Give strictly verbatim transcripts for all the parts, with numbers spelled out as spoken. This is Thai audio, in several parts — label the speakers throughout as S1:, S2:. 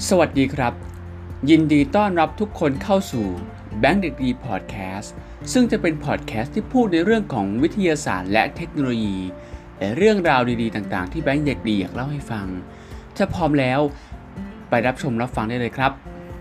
S1: สวัสดีครับยินดีต้อนรับทุกคนเข้าสู่แบงค์เด็กดีพอดแคสต์ซึ่งจะเป็นพอดแคสต์ที่พูดในเรื่องของวิทยาศาสตร์และเทคโนโลยีและเรื่องราวดีๆต่างๆที่แบงค์เด็กดีอยากเล่าให้ฟังถ้าพร้อมแล้วไปรับชมรับฟังได้เลยครับ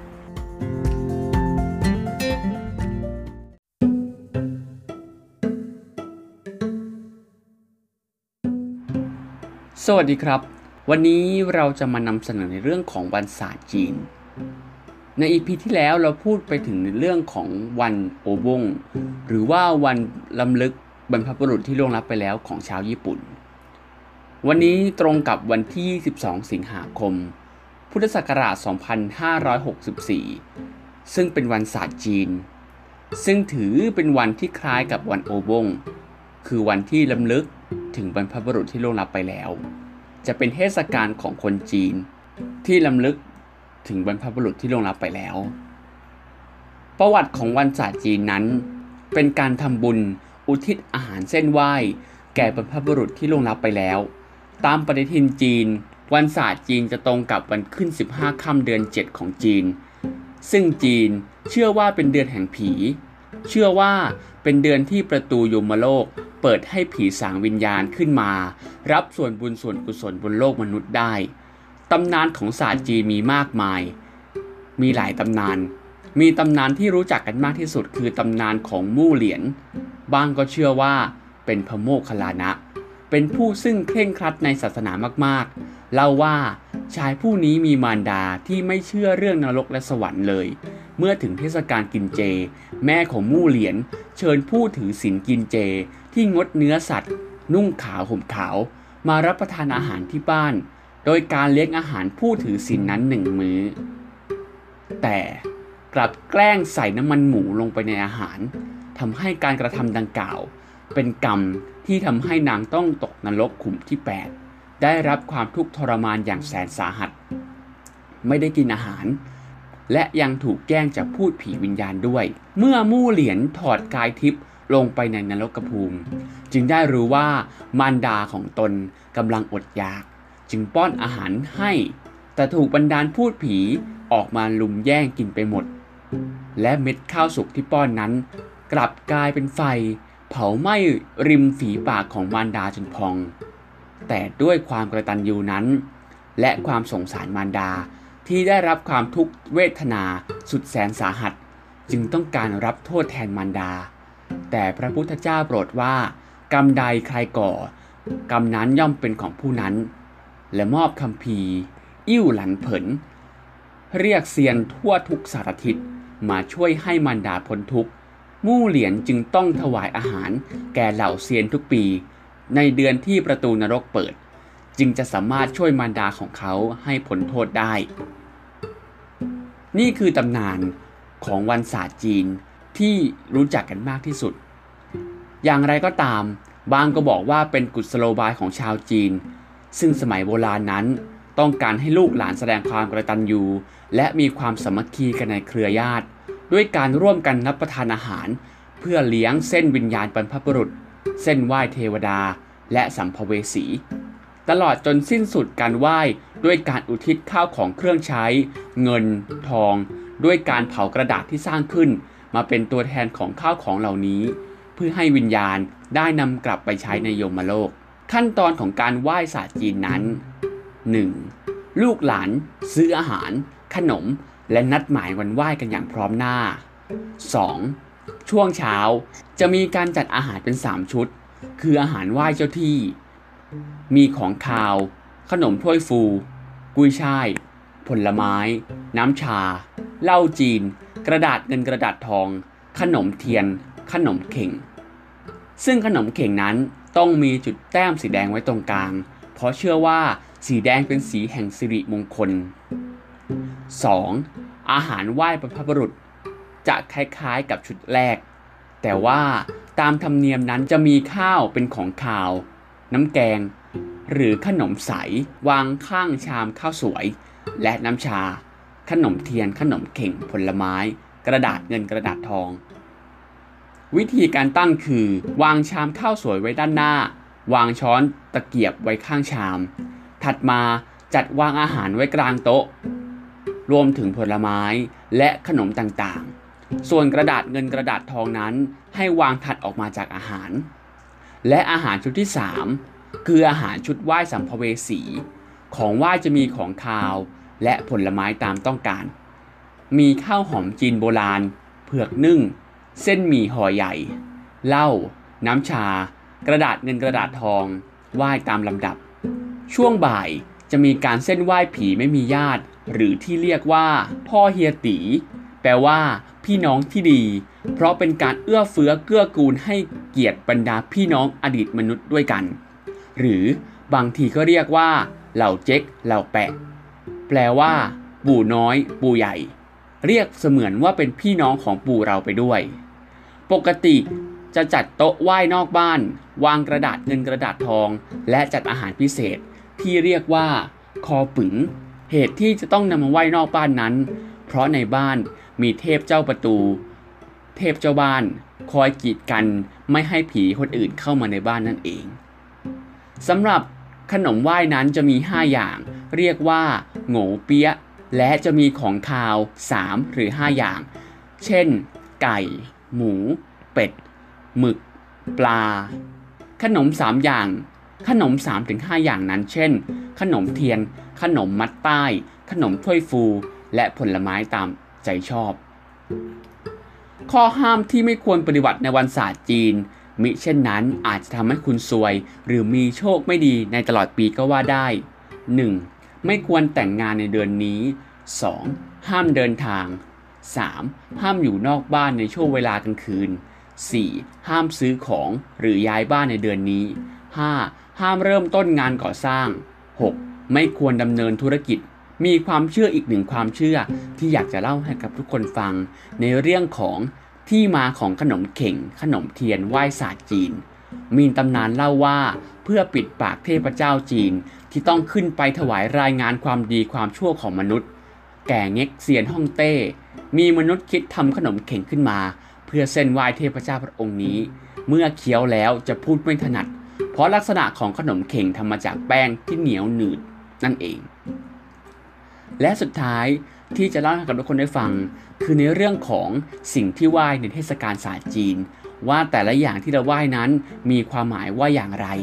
S1: สวัสดีครับวันนี้เราจะมานำเสนอในเรื่องของวันศาสตร์จีนใน อี พี ที่แล้วเราพูดไปถึงในเรื่องของวันโอบงหรือว่าวันรำลึกบรรพบุรุษที่ล่วงลับไปแล้วของชาวญี่ปุ่นวันนี้ตรงกับวันที่ยี่สิบสองสิงหาคมพุทธศักราชสองพันห้าร้อยหกสิบสี่ซึ่งเป็นวันศาสตร์จีนซึ่งถือเป็นวันที่คล้ายกับวันโอบงคือวันที่รำลึกถึงบรรพบุรุษที่ล่วงลับไปแล้วจะเป็นเทศกาลของคนจีนที่รำลึกถึงบรรพบุรุษที่ล่วงลับไปแล้วประวัติของวันศาสตร์จีนนั้นเป็นการทำบุญอุทิศอาหารเส้นไหว้แก่บรรพบุรุษที่ล่วงลับไปแล้วตามปฏิทินจีนวันศาสตร์จีนจะตรงกับวันขึ้นสิบห้าค่ำเดือนเจ็ดของจีนซึ่งจีนเชื่อว่าเป็นเดือนแห่งผีเชื่อว่าเป็นเดือนที่ประตูยมโลกเปิดให้ผีสางวิญญาณขึ้นมารับส่วนบุญส่วนกุศลบนโลกมนุษย์ได้ตำนานของศาสตร์จีนมีมากมายมีหลายตำนานมีตำนานที่รู้จักกันมากที่สุดคือตำนานของมู่เหลียนบางก็เชื่อว่าเป็นพระโมคคัลลานะเป็นผู้ซึ่งเคร่งครัดในศาสนามากๆเล่าว่าชายผู้นี้มีมารดาที่ไม่เชื่อเรื่องนรกและสวรรค์เลยเมื่อถึงเทศกาลกินเจแม่ของมู่เหลียนเชิญผู้ถือศีลกินเจที่งดเนื้อสัตว์นุ่งขาวห่มขาวมารับประทานอาหารที่บ้านโดยการเลี้ยงอาหารผู้ถือศีลนั้นหนึ่งมื้อแต่กลับแกล้งใส่น้ำมันหมูลงไปในอาหารทำให้การกระทำดังกล่าวเป็นกรรมที่ทำให้นางต้องตกนรกขุมที่แปดได้รับความทุกข์ทรมานอย่างแสนสาหัสไม่ได้กินอาหารและยังถูกแกล้งจากพูดผีวิญญาณด้วยเมื่อมู่เหลียนถอดกายทิพย์ลงไปในนรกภูมิจึงได้รู้ว่ามารดาของตนกำลังอดอยากจึงป้อนอาหารให้แต่ถูกบรรดาลพูดผีออกมาลุมแย่งกินไปหมดและเม็ดข้าวสุกที่ป้อนนั้นกลับกลายเป็นไฟเผาไหม้ริมฝีปากของมารดาจนพองแต่ด้วยความกตัญญูนั้นและความสงสารมารดาที่ได้รับความทุกขเวทนาสุดแสนสาหัสจึงต้องการรับโทษแทนมารดาแต่พระพุทธเจ้าโปรดว่ากรรมใดใครก่อกรรมนั้นย่อมเป็นของผู้นั้นและมอบคัมภีร์อิ่วหลันเผินเรียกเซียนทั่วทุกสารทิศมาช่วยให้มารดาพ้นทุกข์มู่เหลียนจึงต้องถวายอาหารแก่เหล่าเซียนทุกปีในเดือนที่ประตูนรกเปิดจึงจะสามารถช่วยมารดาของเขาให้พ้นโทษได้นี่คือตำนานของวันศาสตร์จีนที่รู้จักกันมากที่สุดอย่างไรก็ตามบางก็บอกว่าเป็นกุศโลบายของชาวจีนซึ่งสมัยโบราณนั้นต้องการให้ลูกหลานแสดงความกตัญญูและมีความสามัคคีกันในเครือญาติด้วยการร่วมกันรับประทานอาหารเพื่อเลี้ยงเส้นวิญญาณบรรพบุรุษเส้นไหว้เทวดาและสัมภเวสีตลอดจนสิ้นสุดการไหว้ด้วยการอุทิศข้าวของเครื่องใช้เงินทองด้วยการเผากระดาษที่สร้างขึ้นมาเป็นตัวแทนของข้าวของเหล่านี้เพื่อให้วิญญาณได้นำกลับไปใช้ในยมโลกขั้นตอนของการไหว้ศาสตร์จีนนั้น หนึ่ง. ลูกหลานซื้ออาหารขนมและนัดหมายวันไหว้กันอย่างพร้อมหน้า สอง. ช่วงเช้าจะมีการจัดอาหารเป็นสามชุดคืออาหารไหว้เจ้าที่มีของคาวขนมถ้วยฟูกุ้ยช่ายผลไม้น้ำชาเหล้าจีนกระดาษเงินกระดาษทองขนมเทียนขนมเข่งซึ่งขนมเข่งนั้นต้องมีจุดแต้มสีแดงไว้ตรงกลางเพราะเชื่อว่าสีแดงเป็นสีแห่งสิริมงคล สอง. อาหารไหว้บรรพบุรุษจะคล้ายๆกับชุดแรกแต่ว่าตามธรรมเนียมนั้นจะมีข้าวเป็นของคาวน้ำแกงหรือขนมใสวางข้างชามข้าวสวยและน้ำชาขนมเทียนขนมเข่งผลไม้กระดาษเงินกระดาษทองวิธีการตั้งคือวางชามข้าวสวยไว้ด้านหน้าวางช้อนตะเกียบไว้ข้างชามถัดมาจัดวางอาหารไว้กลางโต๊ะรวมถึงผลไม้และขนมต่างๆส่วนกระดาษเงินกระดาษทองนั้นให้วางถัดออกมาจากอาหารและอาหารชุดที่สามคืออาหารชุดไหว้สัมภเวสีของไหว้จะมีของคาวและผลไม้ตามต้องการมีข้าวหอมจีนโบราณเผือกนึ่งเส้นหมี่ห่อใหญ่เหล้าน้ำชากระดาษเงินกระดาษทองไหว้ตามลำดับช่วงบ่ายจะมีการเส้นไหว้ผีไม่มีญาติหรือที่เรียกว่าพ่อเฮียตีแปลว่าพี่น้องที่ดีเพราะเป็นการเอื้อเฟื้อเกื้อกูลให้เกียรติบรรดาพี่น้องอดีตมนุษย์ด้วยกันหรือบางทีก็เรียกว่าเหล่าเจ๊กเหล่าแปะแปลว่าปู่น้อยปู่ใหญ่เรียกเสมือนว่าเป็นพี่น้องของปู่เราไปด้วยปกติจะจัดโต๊ะไหว้นอกบ้านวางกระดาษเงินกระดาษทองและจัดอาหารพิเศษที่เรียกว่าคอปึ๋งเหตุที่จะต้องนำมาไหว้นอกบ้านนั้นเพราะในบ้านมีเทพเจ้าประตูเทพเจ้าบ้านคอยกีดกันไม่ให้ผีคนอื่นเข้ามาในบ้านนั่นเองสำหรับขนมไหว้นั้นจะมีห้าอย่างเรียกว่าโง่เปี๊ยะและจะมีของคาวสามหรือห้าอย่างเช่นไก่หมูเป็ดหมึกปลาขนมสามอย่างขนม สามถึงห้า อย่างนั้นเช่นขนมเทียนขนมมัดใต้ขนมถ้วยฟูและผลไม้ตามใจชอบข้อห้ามที่ไม่ควรปฏิบัติในวันศาสตร์จีนมิเช่นนั้นอาจจะทำให้คุณซวยหรือมีโชคไม่ดีในตลอดปีก็ว่าได้ หนึ่ง. ไม่ควรแต่งงานในเดือนนี้ สอง. ห้ามเดินทาง สาม. ห้ามอยู่นอกบ้านในช่วงเวลากลางคืน สี่. ห้ามซื้อของหรือย้ายบ้านในเดือนนี้ ห้า. ห้ามเริ่มต้นงานก่อสร้าง หก. ไม่ควรดำเนินธุรกิจมีความเชื่ออีกหนึ่งความเชื่อที่อยากจะเล่าให้กับทุกคนฟังในเรื่องของที่มาของขนมเข่งขนมเทียนไหว้ศาสตร์จีนมีตำนานเล่าว่าเพื่อปิดปากเทพเจ้าจีนที่ต้องขึ้นไปถวายรายงานความดีความชั่วของมนุษย์แก่เง็กเซียนฮ่องเต้มีมนุษย์คิดทำขนมเข่งขึ้นมาเพื่อเส้นไหว้เทพเจ้าพระองค์นี้เมื่อเคี้ยวแล้วจะพูดไม่ถนัดเพราะลักษณะของขนมเข่งทำมาจากแป้งที่เหนียวหนืดนั่นเองและสุดท้ายที่จะเล่าให้กับทุกคนได้ฟังคือในเรื่องของสิ่งที่ไหว้ในเทศกาลศาสตร์จีนว่าแต่ละอย่างที่เราไหว้นั้นมีความหมายว่าอย่างไร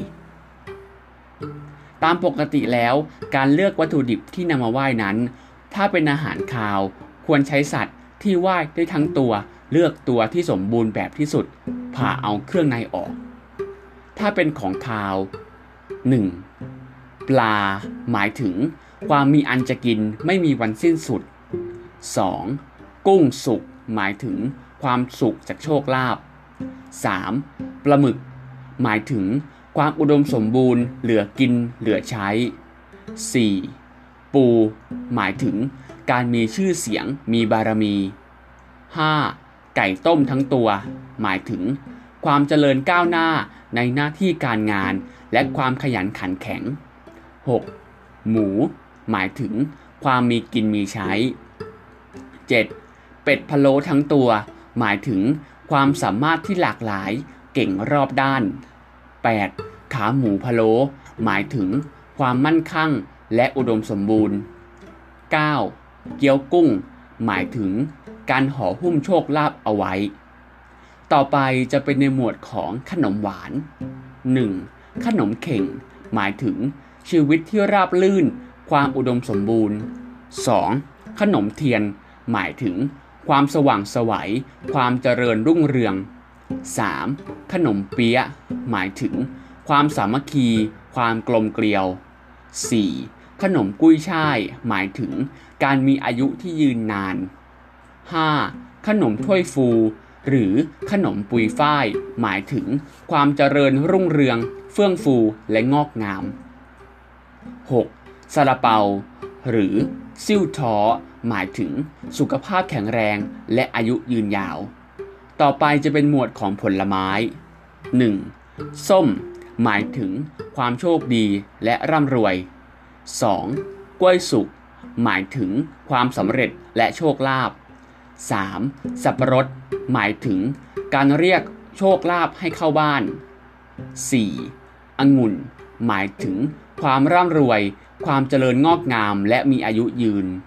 S1: ตามปกติแล้วการเลือกวัตถุดิบที่นำมาไหว้นั้นถ้าเป็นอาหารคาวควรใช้สัตว์ที่ไหว้ได้ทั้งตัวเลือกตัวที่สมบูรณ์แบบที่สุดผ่าเอาเครื่องในออกถ้าเป็นของคาว หนึ่ง. ปลาหมายถึงความมีอันจะกินไม่มีวันสิ้นสุด สอง. กุ้งสุกหมายถึงความสุขจากโชคลาภ สาม. ปลาหมึกหมายถึงความอุดมสมบูรณ์เหลือกินเหลือใช้ สี่. ปูหมายถึงการมีชื่อเสียงมีบารมี ห้า. ไก่ต้มทั้งตัวหมายถึงความเจริญก้าวหน้าในหน้าที่การงานและความขยันขันแข็ง หก. หมูหมายถึงความมีกินมีใช้ เจ็ด. เป็ดพะโล้ทั้งตัวหมายถึงความสามารถที่หลากหลายเก่งรอบด้าน แปด. ขาหมูพะโล้หมายถึงความมั่นคั่งและอุดมสมบูรณ์ เก้า. เกี๊ยวกุ้งหมายถึงการห่อหุ้มโชคลาภเอาไว้ต่อไปจะเป็นในหมวดของขนมหวาน หนึ่ง. ขนมเข่งหมายถึงชีวิตที่ราบรื่นความอุดมสมบูรณ์ สอง. ขนมเทียนหมายถึงความสว่างไสวความเจริญรุ่งเรือง สาม. ขนมเปี๊ยะหมายถึงความสามัคคีความกลมเกลียว สี่. ขนมกุ้ยช่ายหมายถึงการมีอายุที่ยืนนาน ห้า. ขนมถ้วยฟูหรือขนมปุยฝ้ายหมายถึงความเจริญรุ่งเรืองเฟื่องฟูและงอกงาม หก. ซาลาเปาหรือซิ่วท้อหมายถึงสุขภาพแข็งแรงและอายุยืนยาวต่อไปจะเป็นหมวดของผลไม้ หนึ่ง. ส้มหมายถึงความโชคดีและร่ำรวย สอง. กล้วยสุกหมายถึงความสำเร็จและโชคลาภ สาม. สับปะรดหมายถึงการเรียกโชคลาภให้เข้าบ้าน สี่. องุ่นหมายถึงความร่ำรวยความเจริญงอกงามและมีอายุยืน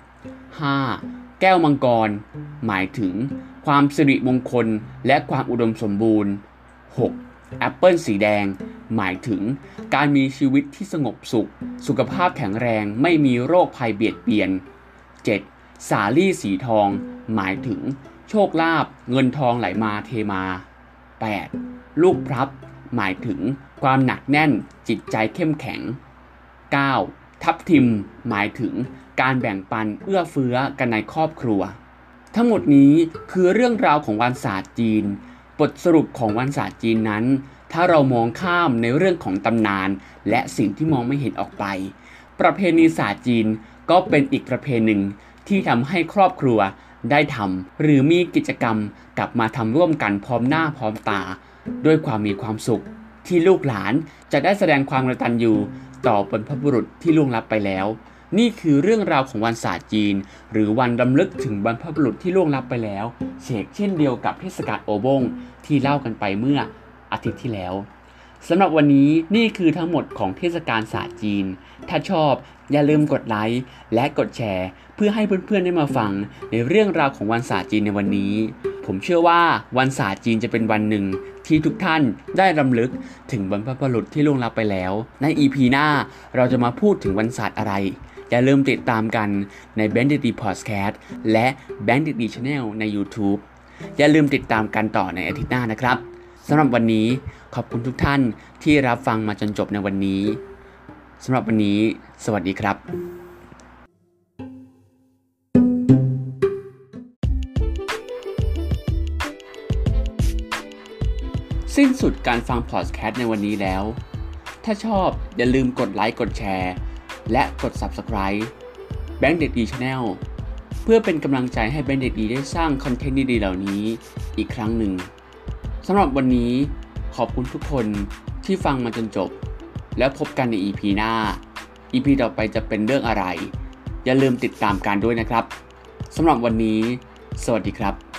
S1: ห้า แก้วมังกรหมายถึงความสิริมงคลและความอุดมสมบูรณ์ หก แอปเปิลสีแดงหมายถึงการมีชีวิตที่สงบสุขสุขภาพแข็งแรงไม่มีโรคภัยเบียดเบียน เจ็ด สาลี่สีทองหมายถึงโชคลาภเงินทองไหลมาเทมา แปด ลูกพลับหมายถึงความหนักแน่นจิตใจเข้มแข็ง เก้า ทับทิมหมายถึงการแบ่งปันเอื้อเฟื้อกันในครอบครัวทั้งหมดนี้คือเรื่องราวของวันศาสตร์จีนบทสรุปของวันศาสตร์จีนนั้นถ้าเรามองข้ามในเรื่องของตำนานและสิ่งที่มองไม่เห็นออกไปประเพณีศาสตร์จีนก็เป็นอีกประเพณีหนึ่งที่ทำให้ครอบครัวได้ทำหรือมีกิจกรรมกลับมาทำร่วมกันพร้อมหน้าพร้อมตาด้วยความมีความสุขที่ลูกหลานจะได้แสดงความกตัญญูต่อบรรพบุรุษที่ล่วงลับไปแล้วนี่คือเรื่องราวของวันศาสตร์จีนหรือวันรำลึกถึงบรรพบุรุษที่ล่วงลับไปแล้วเชกเช่นเดียวกับเทศกาลโอบ้งที่เล่ากันไปเมื่ออาทิตย์ที่แล้วสำหรับวันนี้นี่คือทั้งหมดของเทศกาลศาสตร์จีนถ้าชอบอย่าลืมกดไลค์และกดแชร์เพื่อให้เพื่อนๆได้มาฟังในเรื่องราวของวันศาสตร์จีนในวันนี้ผมเชื่อว่าวันศาสตร์จีนจะเป็นวันหนึ่งที่ทุกท่านได้รำลึกถึงบรรพบุรุษที่ล่วงลับไปแล้วใน อี พี หน้าเราจะมาพูดถึงวันศาสตร์อะไรอย่าลืมติดตามกันใน Bandit D Podcast และ Bandit D Channel ใน YouTube อย่าลืมติดตามกันต่อในอาทิตย์หน้านะครับสำหรับวันนี้ขอบคุณทุกท่านที่รับฟังมาจนจบในวันนี้สำหรับวันนี้สวัสดีครับสิ้นสุดการฟังพอดแคสต์ในวันนี้แล้วถ้าชอบอย่าลืมกดไลค์กดแชร์และกด Subscribe Bandit D Channel เพื่อเป็นกำลังใจให้ Bandit D ได้สร้างคอนเทนต์ดีๆเหล่านี้อีกครั้งหนึ่งสำหรับวันนี้ขอบคุณทุกคนที่ฟังมาจนจบแล้วพบกันใน อี พี หน้า อี พี ต่อไปจะเป็นเรื่องอะไรอย่าลืมติดตามกันด้วยนะครับสำหรับวันนี้สวัสดีครับ